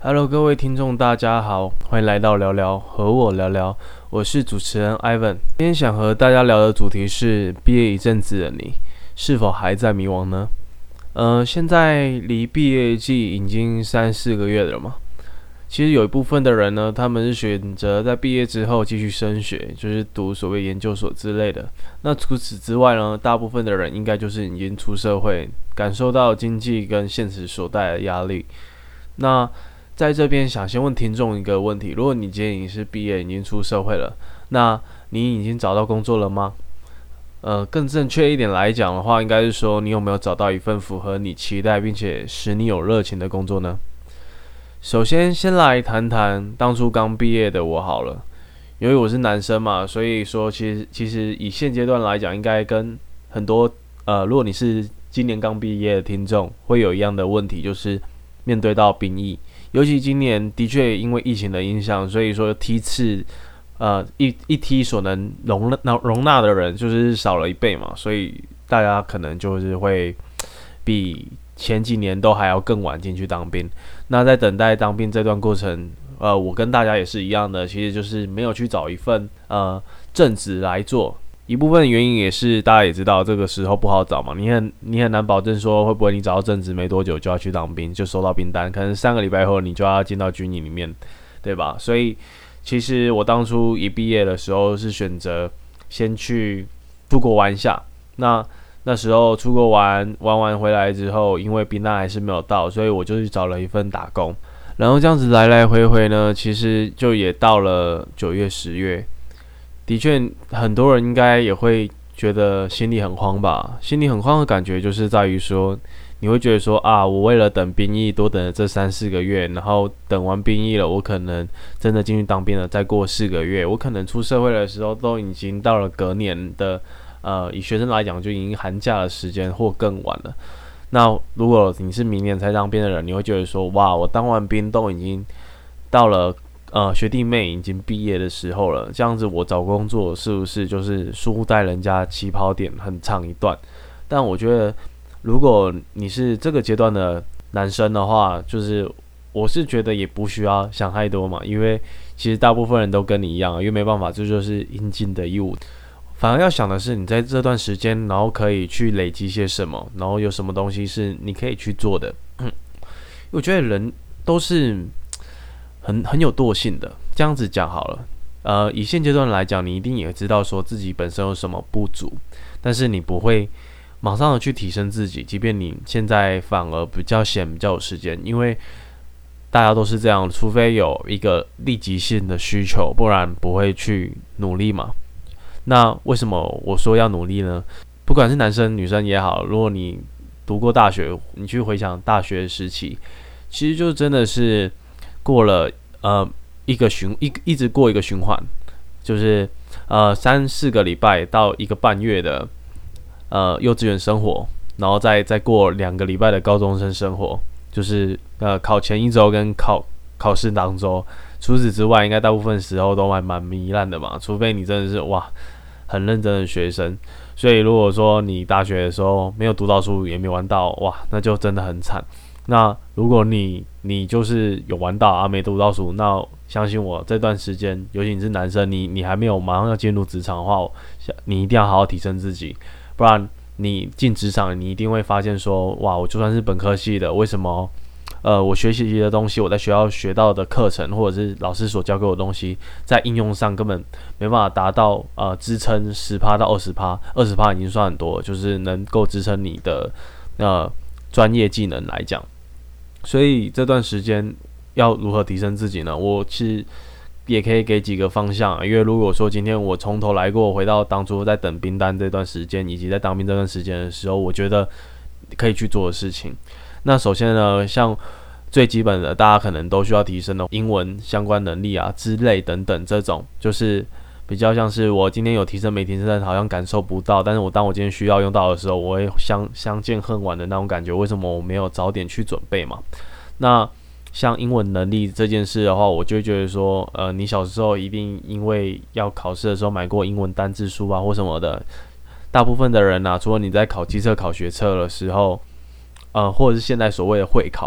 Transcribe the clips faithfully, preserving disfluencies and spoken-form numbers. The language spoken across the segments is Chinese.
Hello，各位听众，大家好，欢迎来到聊聊，和我聊聊，我是主持人 Ivan。今天想和大家聊的主题是：毕业一阵子的你，是否还在迷惘呢？呃，现在离毕业季已经三四个月了嘛。其实有一部分的人呢，他们是选择在毕业之后继续升学，就是读所谓研究所之类的。那除此之外呢，大部分的人应该就是已经出社会，感受到经济跟现实所带来的压力。那在这边想先问听众一个问题：如果你今天已经是毕业，已经出社会了，那你已经找到工作了吗？呃，更正确一点来讲的话，应该是说你有没有找到一份符合你期待并且使你有热情的工作呢？首先，先来谈谈当初刚毕业的我好了。因为我是男生嘛，所以说其实其实以现阶段来讲，应该跟很多呃，如果你是今年刚毕业的听众，会有一样的问题，就是面对到兵役。尤其今年的确因为疫情的影响，所以说梯次呃一一梯所能容纳容纳的人就是少了一倍嘛，所以大家可能就是会比前几年都还要更晚进去当兵。那在等待当兵这段过程，呃，我跟大家也是一样的，其实就是没有去找一份呃正职来做。一部分原因也是大家也知道，这个时候不好找嘛，你很你很难保证说会不会你找到正职没多久就要去当兵，就收到兵单，可能三个礼拜后你就要进到军营里面，对吧？所以其实我当初一毕业的时候是选择先去出国玩一下。那那时候出国玩玩完回来之后，因为兵单还是没有到，所以我就去找了一份打工。然后这样子来来回回呢，其实就也到了九月、十月。的确，很多人应该也会觉得心里很慌吧。心里很慌的感觉就是在于说，你会觉得说啊，我为了等兵役多等了这三四个月，然后等完兵役了，我可能真的进去当兵了，再过四个月，我可能出社会的时候都已经到了隔年的，呃，以学生来讲就已经寒假的时间或更晚了。那如果你是明年才当兵的人，你会觉得说，哇，我当完兵都已经到了。呃，学弟妹已经毕业的时候了，这样子我找工作是不是就是输在人家起跑点很长一段？但我觉得，如果你是这个阶段的男生的话，就是我是觉得也不需要想太多嘛，因为其实大部分人都跟你一样，因为没办法，这就是应尽的义务。反而要想的是，你在这段时间，然后可以去累积些什么，然后有什么东西是你可以去做的。我觉得人都是。很很有惰性的，这样子讲好了。呃，以现阶段来讲，你一定也知道说自己本身有什么不足，但是你不会马上的去提升自己，即便你现在反而比较闲，比较有时间，因为大家都是这样，除非有一个立即性的需求，不然不会去努力嘛。那为什么我说要努力呢？不管是男生女生也好，如果你读过大学，你去回想大学时期，其实就真的是。过了呃一个循一一直过一个循环，就是呃三四个礼拜到一个半月的呃幼稚园生活，然后再再过两个礼拜的高中生生活，就是呃考前一周跟考考试当周。除此之外，应该大部分时候都还蛮糜烂的嘛，除非你真的是哇很认真的学生。所以如果说你大学的时候没有读到书，也没玩到，哇，那就真的很惨。那如果你你就是有玩到啊，没读到书，那相信我，这段时间，尤其你是男生，你你还没有马上要进入职场的话，你一定要好好提升自己，不然你进职场，你一定会发现说，哇，我就算是本科系的，为什么呃我学习的东西，我在学校学到的课程，或者是老师所教给我的东西，在应用上根本没办法达到呃支撑百分之十到百分之二十， 百分之二十已经算很多了，就是能够支撑你的呃专业技能来讲。所以这段时间要如何提升自己呢？我其实也可以给几个方向，因为如果说今天我从头来过，回到当初在等兵单这段时间，以及在当兵这段时间的时候，我觉得可以去做的事情。那首先呢，像最基本的，大家可能都需要提升的英文相关能力啊之类等等，这种就是比较像是我今天有提升没提升，好像感受不到，但是我当我今天需要用到的时候，我会相相见恨晚的那种感觉。为什么我没有早点去准备嘛？那像英文能力这件事的话，我就会觉得说，呃，你小时候一定因为要考试的时候买过英文单字书啊或什么的。大部分的人啊，除了你在考基测、考学测的时候，呃，或者是现在所谓的会考，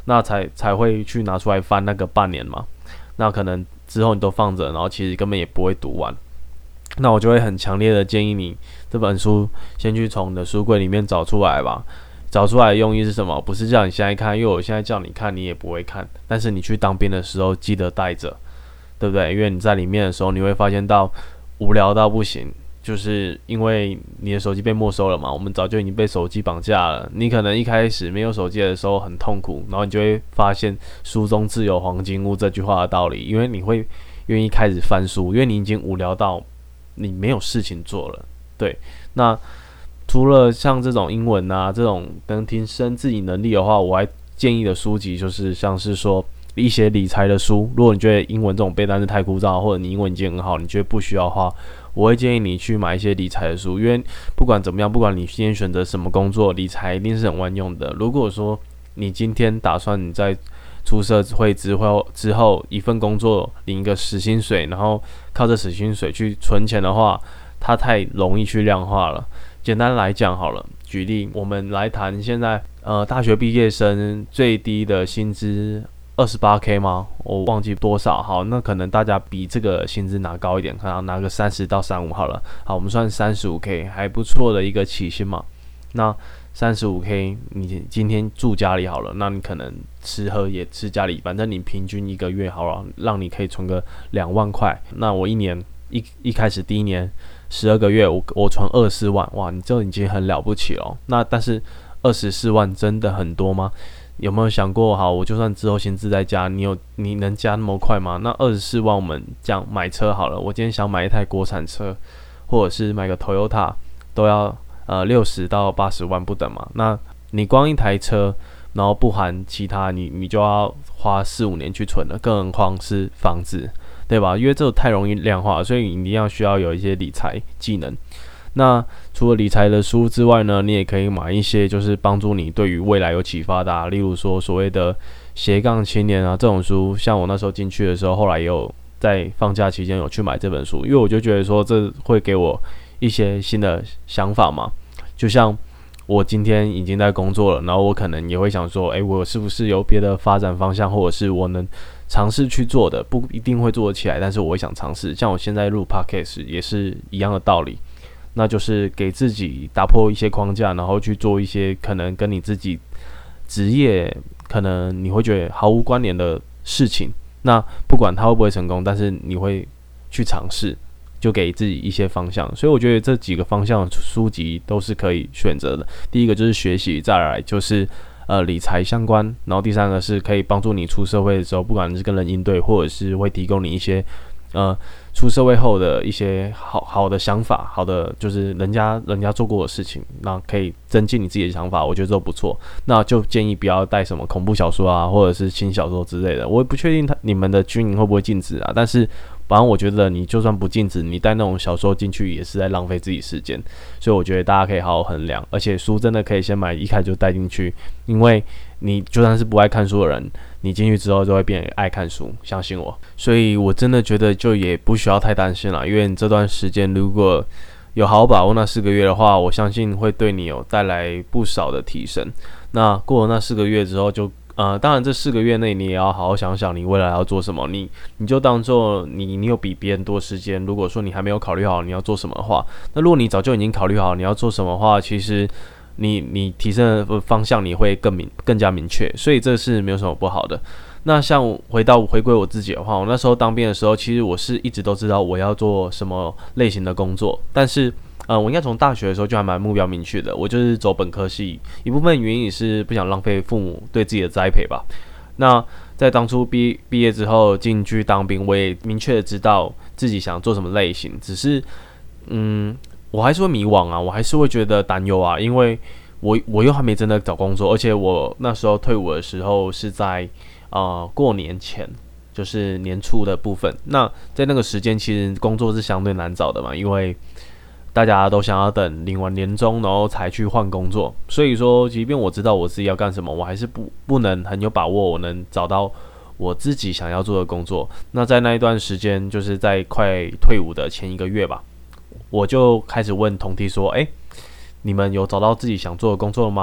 那才才会去拿出来翻那个半年嘛。那可能之后你都放着，然后其实根本也不会读完。那我就会很强烈的建议你这本书先去从你的书柜里面找出来吧。找出来的用意是什么？不是叫你现在看，因为我现在叫你看，你也不会看。但是你去当兵的时候记得带着，对不对？因为你在里面的时候，你会发现到无聊到不行，就是因为你的手机被没收了嘛。我们早就已经被手机绑架了。你可能一开始没有手机的时候很痛苦，然后你就会发现书中自有黄金屋这句话的道理，因为你会愿意开始翻书，因为你已经无聊到你没有事情做了。对，那除了像这种英文啊，这种能提升自己能力的话，我还建议的书籍就是像是说一些理财的书。如果你觉得英文这种背单词太枯燥，或者你英文已经很好，你觉得不需要的话，我会建议你去买一些理财的书。因为不管怎么样，不管你今天选择什么工作，理财一定是很万用的。如果说你今天打算你在出社会之后之后一份工作领一个死薪水，然后靠着死薪水去存钱的话，它太容易去量化了。简单来讲好了，举例我们来谈现在呃大学毕业生最低的薪资 二十八K 吗？我忘记多少。好，那可能大家比这个薪资拿高一点，可能拿个三十到三十五好了。好，我们算 三十五K 还不错的一个起薪嘛。那 三十五K 你今天住家里好了，那你可能吃喝也吃家里，反正你平均一个月好了，让你可以存个两万块。那我一年一一开始第一年十二个月，我我存二十四万，哇，你这已经很了不起了。那但是二十四万真的很多吗？有没有想过，好，我就算之后薪资再加，你有你能加那么快吗？那二十四万我们讲买车好了，我今天想买一台国产车，或者是买个 Toyota， 都要呃六十到八十万不等嘛。那你光一台车，然后不含其他，你你就要花四五年去存了，更何况是房子。对吧？因为这个太容易量化，所以你一定要需要有一些理财技能。那除了理财的书之外呢，你也可以买一些就是帮助你对于未来有启发的、啊，例如说所谓的斜杠青年啊这种书。像我那时候进去的时候，后来也有在放假期间有去买这本书，因为我就觉得说这会给我一些新的想法嘛。就像我今天已经在工作了，然后我可能也会想说，诶，我是不是有别的发展方向，或者是我能尝试去做的，不一定会做得起来，但是我会想尝试。像我现在录 podcast 也是一样的道理，那就是给自己打破一些框架，然后去做一些可能跟你自己职业可能你会觉得毫无关联的事情。那不管它会不会成功，但是你会去尝试，就给自己一些方向。所以我觉得这几个方向的书籍都是可以选择的。第一个就是学习，再来就是呃，理财相关，然后第三个是可以帮助你出社会的时候，不管你是跟人应对，或者是会提供你一些呃出社会后的一些好好的想法，好的就是人家人家做过的事情，那可以增进你自己的想法，我觉得都不错。那就建议不要带什么恐怖小说啊，或者是轻小说之类的。我也不确定他你们的军营会不会禁止啊，但是反正我觉得你就算不禁止，你带那种小说进去也是在浪费自己时间，所以我觉得大家可以好好衡量。而且书真的可以先买，一开始就带进去，因为你就算是不爱看书的人，你进去之后就会变爱看书，相信我。所以我真的觉得就也不需要太担心了，因为你这段时间如果有好好把握那四个月的话，我相信会对你有带来不少的提升。那过了那四个月之后就。呃，当然，这四个月内你也要好好想想你未来要做什么。你你就当做你你有比别人多时间。如果说你还没有考虑好你要做什么的话，那如果你早就已经考虑好你要做什么的话，其实你你提升的方向你会更明更加明确，所以这是没有什么不好的。那像回到回归我自己的话，我那时候当兵的时候，其实我是一直都知道我要做什么类型的工作，但是。呃，我应该从大学的时候就还蛮目标明确的，我就是走本科系，一部分原因也是不想浪费父母对自己的栽培吧。那在当初毕毕业之后进去当兵，我也明确的知道自己想做什么类型，只是，嗯，我还是会迷惘啊，我还是会觉得担忧啊，因为我我又还没真的找工作，而且我那时候退伍的时候是在呃过年前。就是年初的部分，那在那个时间其实工作是相对难找的嘛，因为大家都想要等领完年终，然后才去换工作。所以说，即便我知道我自己要干什么，我还是不不能很有把握，我能找到我自己想要做的工作。那在那一段时间，就是在快退伍的前一个月吧，我就开始问同梯说：“哎、欸，你们有找到自己想做的工作了吗？”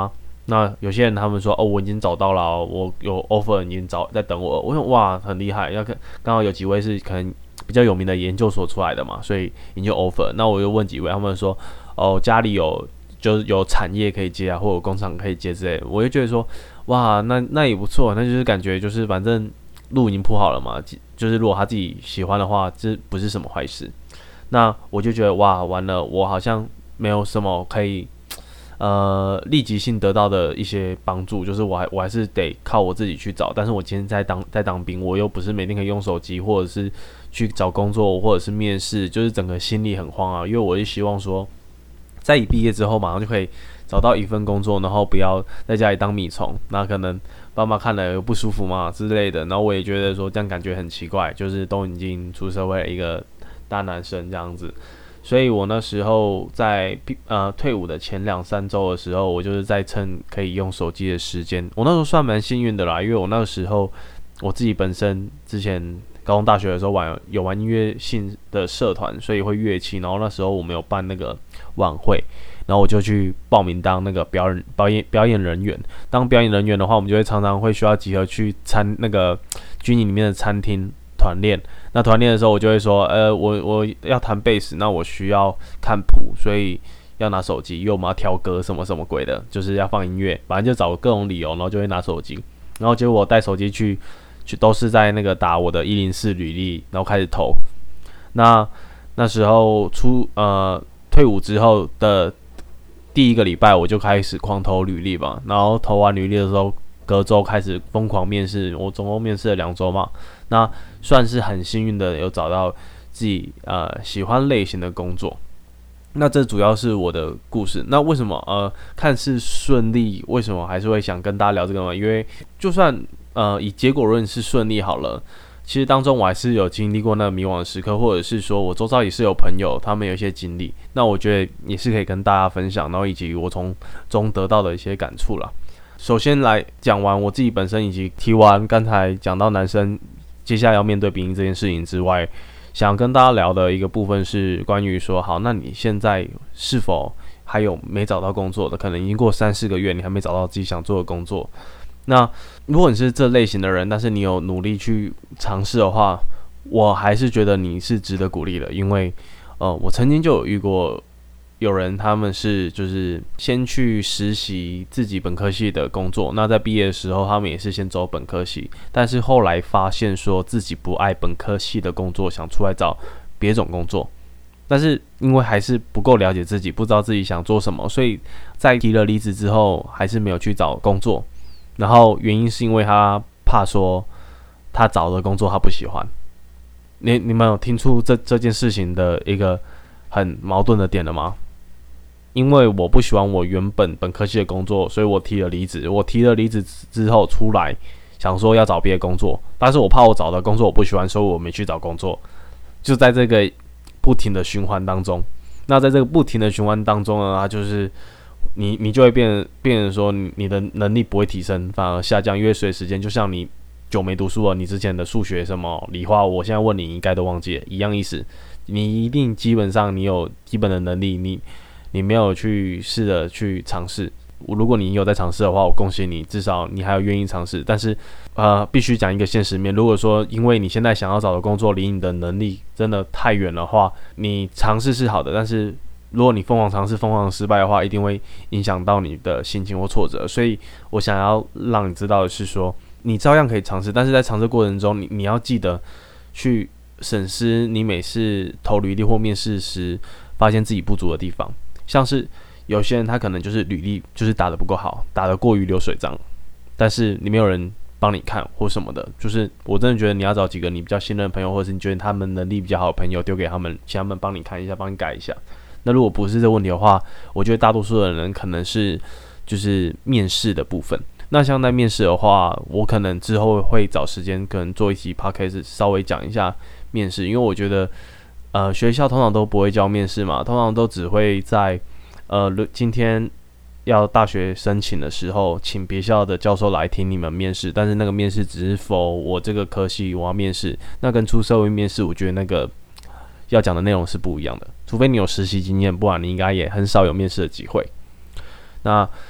那有些人他们说哦，我已经找到了哦，我有 offer 已经找在等我。我想哇，很厉害，要看刚好有几位是可能比较有名的研究所出来的嘛，所以已经有 offer。那我又问几位，他们说哦，家里有就是有产业可以接啊，或者有工厂可以接之类的。我就觉得说哇，那那也不错，那就是感觉就是反正路已经铺好了嘛，就是如果他自己喜欢的话，这不是什么坏事。那我就觉得哇，完了，我好像没有什么可以。呃，立即性得到的一些帮助，就是我还我还是得靠我自己去找。但是我今天在当在当兵，我又不是每天可以用手机，或者是去找工作，或者是面试，就是整个心里很慌啊。因为我是希望说，在一毕业之后马上就可以找到一份工作，然后不要在家里当米虫。那可能爸妈看了有不舒服嘛之类的。然后我也觉得说这样感觉很奇怪，就是都已经出社会了一个大男生这样子。所以我那时候在呃退伍的前两三周的时候，我就是在趁可以用手机的时间，我那时候算蛮幸运的啦，因为我那个时候我自己本身之前高中大学的时候玩有玩音乐性的社团，所以会乐器，然后那时候我们有办那个晚会，然后我就去报名当那个表演表演表演人员。当表演人员的话，我们就会常常会需要集合去餐那个军营里面的餐厅团练。那团练的时候，我就会说，呃，我我要弹贝斯，那我需要看谱，所以要拿手机，因为我们要挑歌什么什么鬼的，就是要放音乐，反正就找各种理由，然后就会拿手机，然后结果我带手机去，去都是在那个打我的一零四履历，然后开始投。那那时候出呃退伍之后的第一个礼拜，我就开始狂投履历吧，然后投完履历的时候，隔周开始疯狂面试，我总共面试了两周嘛。那算是很幸运的有找到自己呃喜欢类型的工作。那这主要是我的故事。那为什么呃看似顺利，为什么还是会想跟大家聊这个呢？因为就算呃以结果论是顺利好了，其实当中我还是有经历过那个迷惘的时刻，或者是说我周遭也是有朋友他们有一些经历，那我觉得也是可以跟大家分享，然后以及我从中得到的一些感触啦。首先来讲完我自己本身，以及提完刚才讲到男生接下来要面对兵役这件事情之外，想跟大家聊的一个部分是关于说，好，那你现在是否还有没找到工作的？可能已经过三四个月，你还没找到自己想做的工作。那如果你是这类型的人，但是你有努力去尝试的话，我还是觉得你是值得鼓励的，因为呃，我曾经就有遇过。有人他们是就是先去实习自己本科系的工作，那在毕业的时候他们也是先走本科系，但是后来发现说自己不爱本科系的工作，想出来找别种工作，但是因为还是不够了解自己，不知道自己想做什么，所以在提了离职之后还是没有去找工作。然后原因是因为他怕说他找的工作他不喜欢。你你们有听出这这件事情的一个很矛盾的点了吗？因为我不喜欢我原本本科系的工作，所以我提了离职。我提了离职之后出来，想说要找别的工作，但是我怕我找的工作我不喜欢，所以我没去找工作。就在这个不停的循环当中，那在这个不停的循环当中呢，它就是你你就会变变成说你，你的能力不会提升，反而下降，因为随时间就像你久没读书了，你之前的数学什么理化，我现在问你应该都忘记了，一样意思。你一定基本上你有基本的能力，你。你没有去试着去尝试，如果你有在尝试的话，我恭喜你，至少你还有愿意尝试。但是，呃，必须讲一个现实面，如果说因为你现在想要找的工作离你的能力真的太远的话，你尝试是好的，但是如果你疯狂尝试、疯狂失败的话，一定会影响到你的心情或挫折。所以我想要让你知道的是说，你照样可以尝试，但是在尝试过程中，你你要记得去审视你每次投履历或面试时发现自己不足的地方。像是有些人他可能就是履历就是打得不够好，打得过于流水账，但是你没有人帮你看或什么的，就是我真的觉得你要找几个你比较信任的朋友，或者是你觉得他们能力比较好的朋友丢给他们，请他们帮你看一下，帮你改一下。那如果不是这个问题的话，我觉得大多数的人可能是就是面试的部分。那像在面试的话，我可能之后会找时间可能做一期 podcast 稍微讲一下面试，因为我觉得呃，学校通常都不会教面试嘛，通常都只会在呃今天要大学申请的时候，请别校的教授来听你们面试，但是那个面试只是 for 我这个科系我要面试，那跟出社会面试，我觉得那个要讲的内容是不一样的，除非你有实习经验，不然你应该也很少有面试的机会。那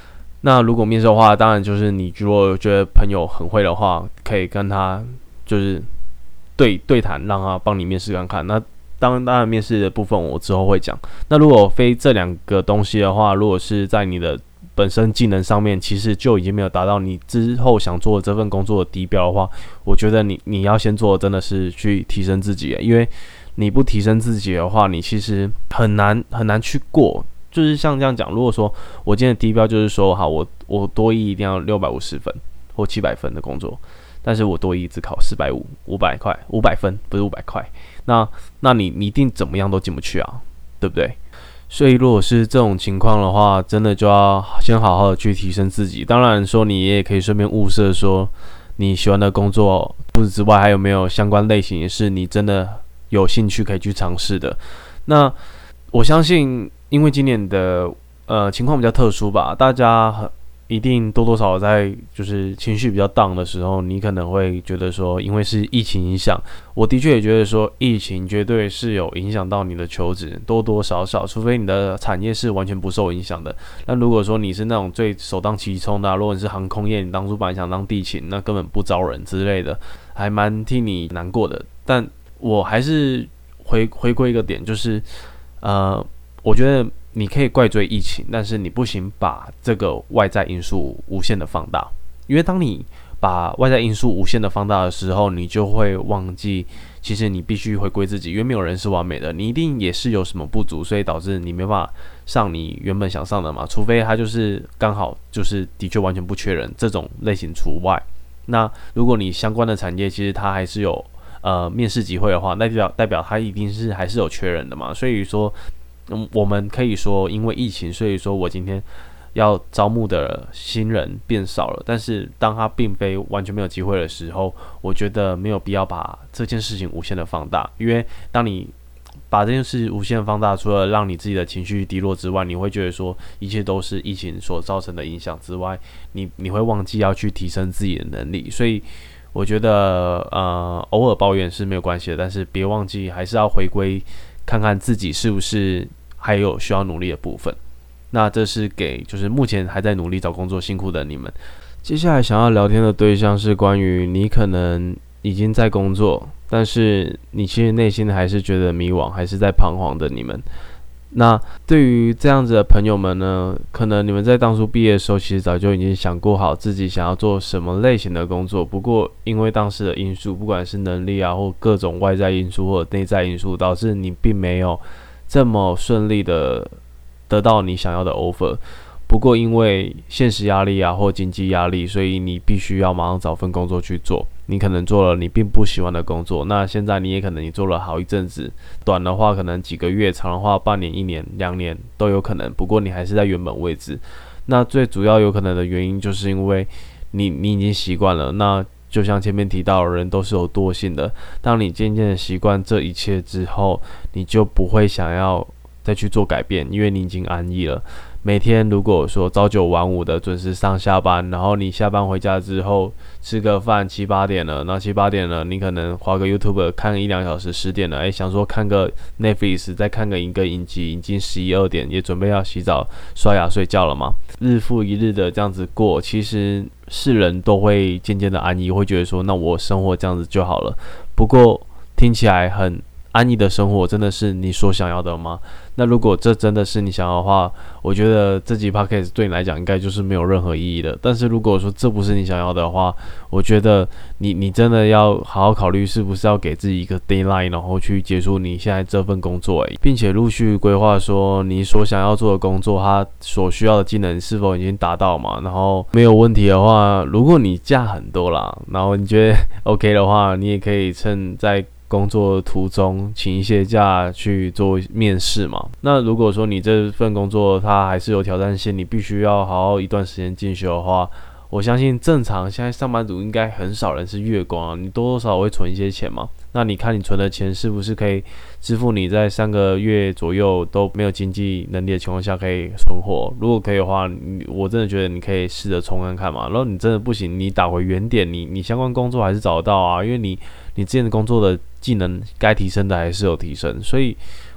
那如果面试的话，当然就是你如果觉得朋友很会的话，可以跟他就是对对谈，让他帮你面试看看。那当当然面试的部分我之后会讲。那如果非这两个东西的话，如果是在你的本身技能上面，其实就已经没有达到你之后想做的这份工作的低标的话，我觉得你你要先做的真的是去提升自己，因为你不提升自己的话，你其实很难很难去过。就是像这样讲，如果说我今天的低标就是说，好，我我多益一定要六百五十分或七百分的工作，但是我多益只考四百五五百块五百分，不是五百块，那那你你一定怎么样都进不去啊，对不对？所以如果是这种情况的话，真的就要先好好的去提升自己。当然说你也可以顺便物色说你喜欢的工作，除此之外还有没有相关类型也是你真的有兴趣可以去尝试的。那我相信因为今年的呃情况比较特殊吧，大家一定多多少少在就是情绪比较 down 的时候，你可能会觉得说，因为是疫情影响，我的确也觉得说，疫情绝对是有影响到你的求职，多多少少，除非你的产业是完全不受影响的。但如果说你是那种最首当其冲的、啊，如果你是航空业，你当初本来想当地勤，那根本不招人之类的，还蛮替你难过的。但我还是回回归一个点，就是呃，我觉得你可以怪罪疫情，但是你不行把这个外在因素无限的放大，因为当你把外在因素无限的放大的时候，你就会忘记，其实你必须回归自己，因为没有人是完美的，你一定也是有什么不足，所以导致你没办法上你原本想上的嘛，除非他就是刚好就是的确完全不缺人，这种类型除外。那如果你相关的产业其实它还是有呃面试机会的话，那代表代表它一定是还是有缺人的嘛，所以说。嗯，我们可以说，因为疫情，所以说我今天要招募的新人变少了。但是，当他并非完全没有机会的时候，我觉得没有必要把这件事情无限的放大。因为当你把这件事无限放大，除了让你自己的情绪低落之外，你会觉得说一切都是疫情所造成的影响之外，你你会忘记要去提升自己的能力。所以，我觉得呃，偶尔抱怨是没有关系的，但是别忘记还是要回归。看看自己是不是还有需要努力的部分。那这是给就是目前还在努力找工作辛苦的你们。接下来想要聊天的对象是关于你可能已经在工作，但是你其实内心还是觉得迷惘，还是在彷徨的你们。那对于这样子的朋友们呢，可能你们在当初毕业的时候，其实早就已经想过好自己想要做什么类型的工作。不过因为当时的因素，不管是能力啊，或各种外在因素或者内在因素，导致你并没有这么顺利的得到你想要的 offer。不过因为现实压力啊或经济压力，所以你必须要马上找份工作去做。你可能做了你并不喜欢的工作，那现在你也可能你做了好一阵子，短的话可能几个月，长的话半年、一年、两年都有可能。不过你还是在原本位置，那最主要有可能的原因就是因为你你已经习惯了。那就像前面提到的，人都是有惰性的，当你渐渐的习惯这一切之后，你就不会想要再去做改变，因为你已经安逸了。每天如果说朝九晚五的准时上下班，然后你下班回家之后吃个饭，七八点了，那七八点了，你可能滑个 YouTube 看个一两小时，十点了，哎，想说看个 Netflix， 再看个一个影集，已经十一二点，也准备要洗澡、刷牙、睡觉了嘛。日复一日的这样子过，其实是人都会渐渐的安逸，会觉得说，那我生活这样子就好了。不过听起来很安逸的生活，真的是你所想要的吗？那如果这真的是你想要的话，我觉得这集 podcast 对你来讲应该就是没有任何意义的。但是如果说这不是你想要的话，我觉得你你真的要好好考虑是不是要给自己一个 deadline， 然后去结束你现在这份工作，并且陆续规划说你所想要做的工作，它所需要的技能是否已经达到嘛？然后没有问题的话，如果你假很多啦，然后你觉得 OK 的话，你也可以趁在工作途中请一些假去做面试嘛。那如果说你这份工作它还是有挑战性，你必须要好好一段时间进修的话，我相信正常现在上班族应该很少人是月光啊，你多多少少会存一些钱嘛。那你看你存的钱是不是可以支付你在三个月左右都没有经济能力的情况下可以存活？如果可以的话，我真的觉得你可以试着冲看看嘛。然后你真的不行，你打回原点，你你相关工作还是找得到啊，因为你你之前的工作的技能该提升的还是有提升，所以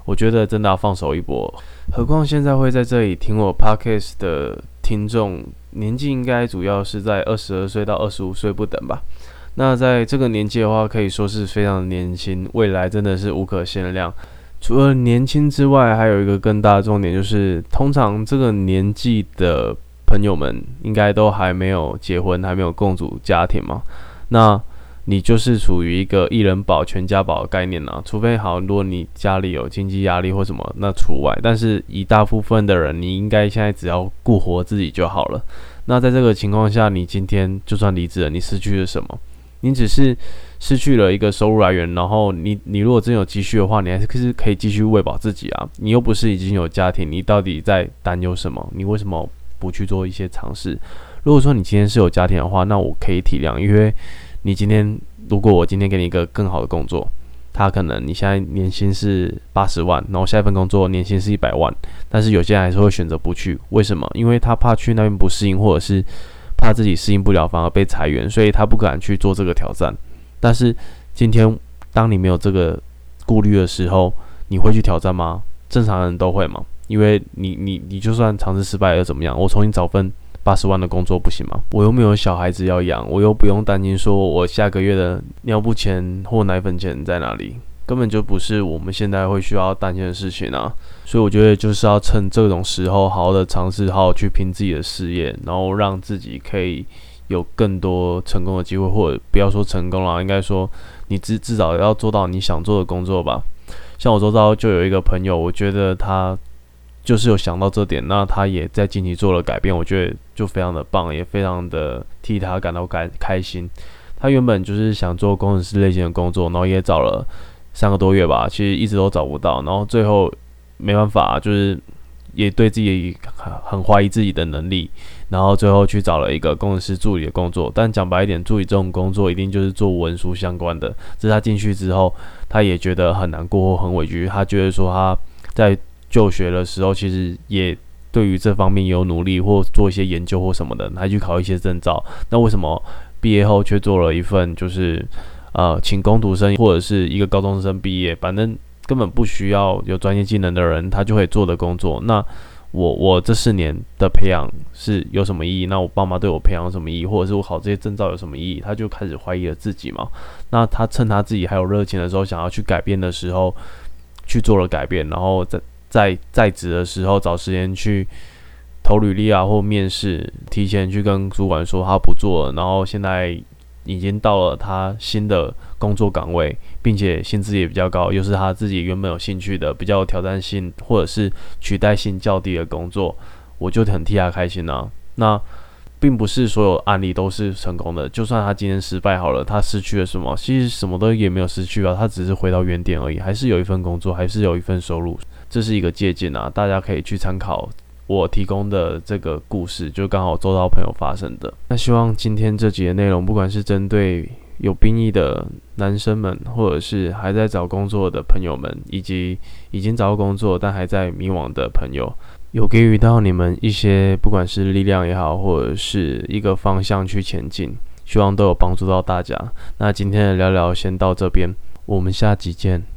我觉得真的要放手一搏。何况现在会在这里听我 podcast 的听众，年纪应该主要是在二十二岁到二十五岁不等吧。那在这个年纪的话，可以说是非常的年轻，未来真的是无可限量。除了年轻之外，还有一个更大的重点就是，通常这个年纪的朋友们应该都还没有结婚，还没有共组家庭嘛。那你就是处于一个一人保全家保的概念啊，除非好，如果你家里有经济压力或什么，那除外。但是以大部分的人，你应该现在只要顾活自己就好了。那在这个情况下，你今天就算离职了，你失去了什么？你只是失去了一个收入来源，然后你你如果真有积蓄的话，你还是可以继续喂饱自己啊。你又不是已经有家庭，你到底在担忧什么？你为什么不去做一些尝试？如果说你今天是有家庭的话，那我可以体谅，因为你今天如果我今天给你一个更好的工作，他可能你现在年薪是八十万，然后下一份工作年薪是一百万，但是有些人还是会选择不去，为什么？因为他怕去那边不适应，或者是怕自己适应不了，反而被裁员，所以他不敢去做这个挑战。但是今天当你没有这个顾虑的时候，你会去挑战吗？正常人都会嘛，因为你你你就算尝试失败又怎么样？我重新找份八十万的工作不行吗？我又没有小孩子要养，我又不用担心说我下个月的尿布钱或奶粉钱在哪里，根本就不是我们现在会需要担心的事情啊。所以我觉得就是要趁这种时候好好的尝试，好好去拼自己的事业，然后让自己可以有更多成功的机会，或者不要说成功啦，应该说你至至少要做到你想做的工作吧。像我周遭就有一个朋友，我觉得他就是有想到这点，那他也在近期做了改变，我觉得就非常的棒，也非常的替他感到开心。他原本就是想做工程师类型的工作，然后也找了三个多月吧，其实一直都找不到，然后最后没办法，就是也对自己很怀疑自己的能力，然后最后去找了一个工程师助理的工作。但讲白一点，助理这种工作一定就是做文书相关的，这是他进去之后，他也觉得很难过或很委屈，他觉得说他在就学的时候，其实也对于这方面有努力或做一些研究或什么的，还去考一些证照。那为什么毕业后却做了一份就是呃请工读生或者是一个高中生毕业，反正根本不需要有专业技能的人，他就会做的工作？那我我这四年的培养是有什么意义？那我爸妈对我培养有什么意义？或者是我考这些证照有什么意义？他就开始怀疑了自己嘛。那他趁他自己还有热情的时候，想要去改变的时候，去做了改变，然后在在在职的时候找时间去投履历啊，或面试，提前去跟主管说他不做了，然后现在已经到了他新的工作岗位，并且薪资也比较高，又是他自己原本有兴趣的、比较有挑战性或者是取代性较低的工作，我就很替他开心啊。那并不是所有案例都是成功的，就算他今天失败好了，他失去了什么？其实什么都也没有失去啊，他只是回到原点而已，还是有一份工作，还是有一份收入，这是一个借鉴啊，大家可以去参考我提供的这个故事，就刚好周遭朋友发生的。那希望今天这集的内容，不管是针对有兵役的男生们，或者是还在找工作的朋友们，以及已经找到工作但还在迷惘的朋友，有给予到你们一些不管是力量也好，或者是一个方向去前进，希望都有帮助到大家。那今天的聊聊先到这边，我们下集见。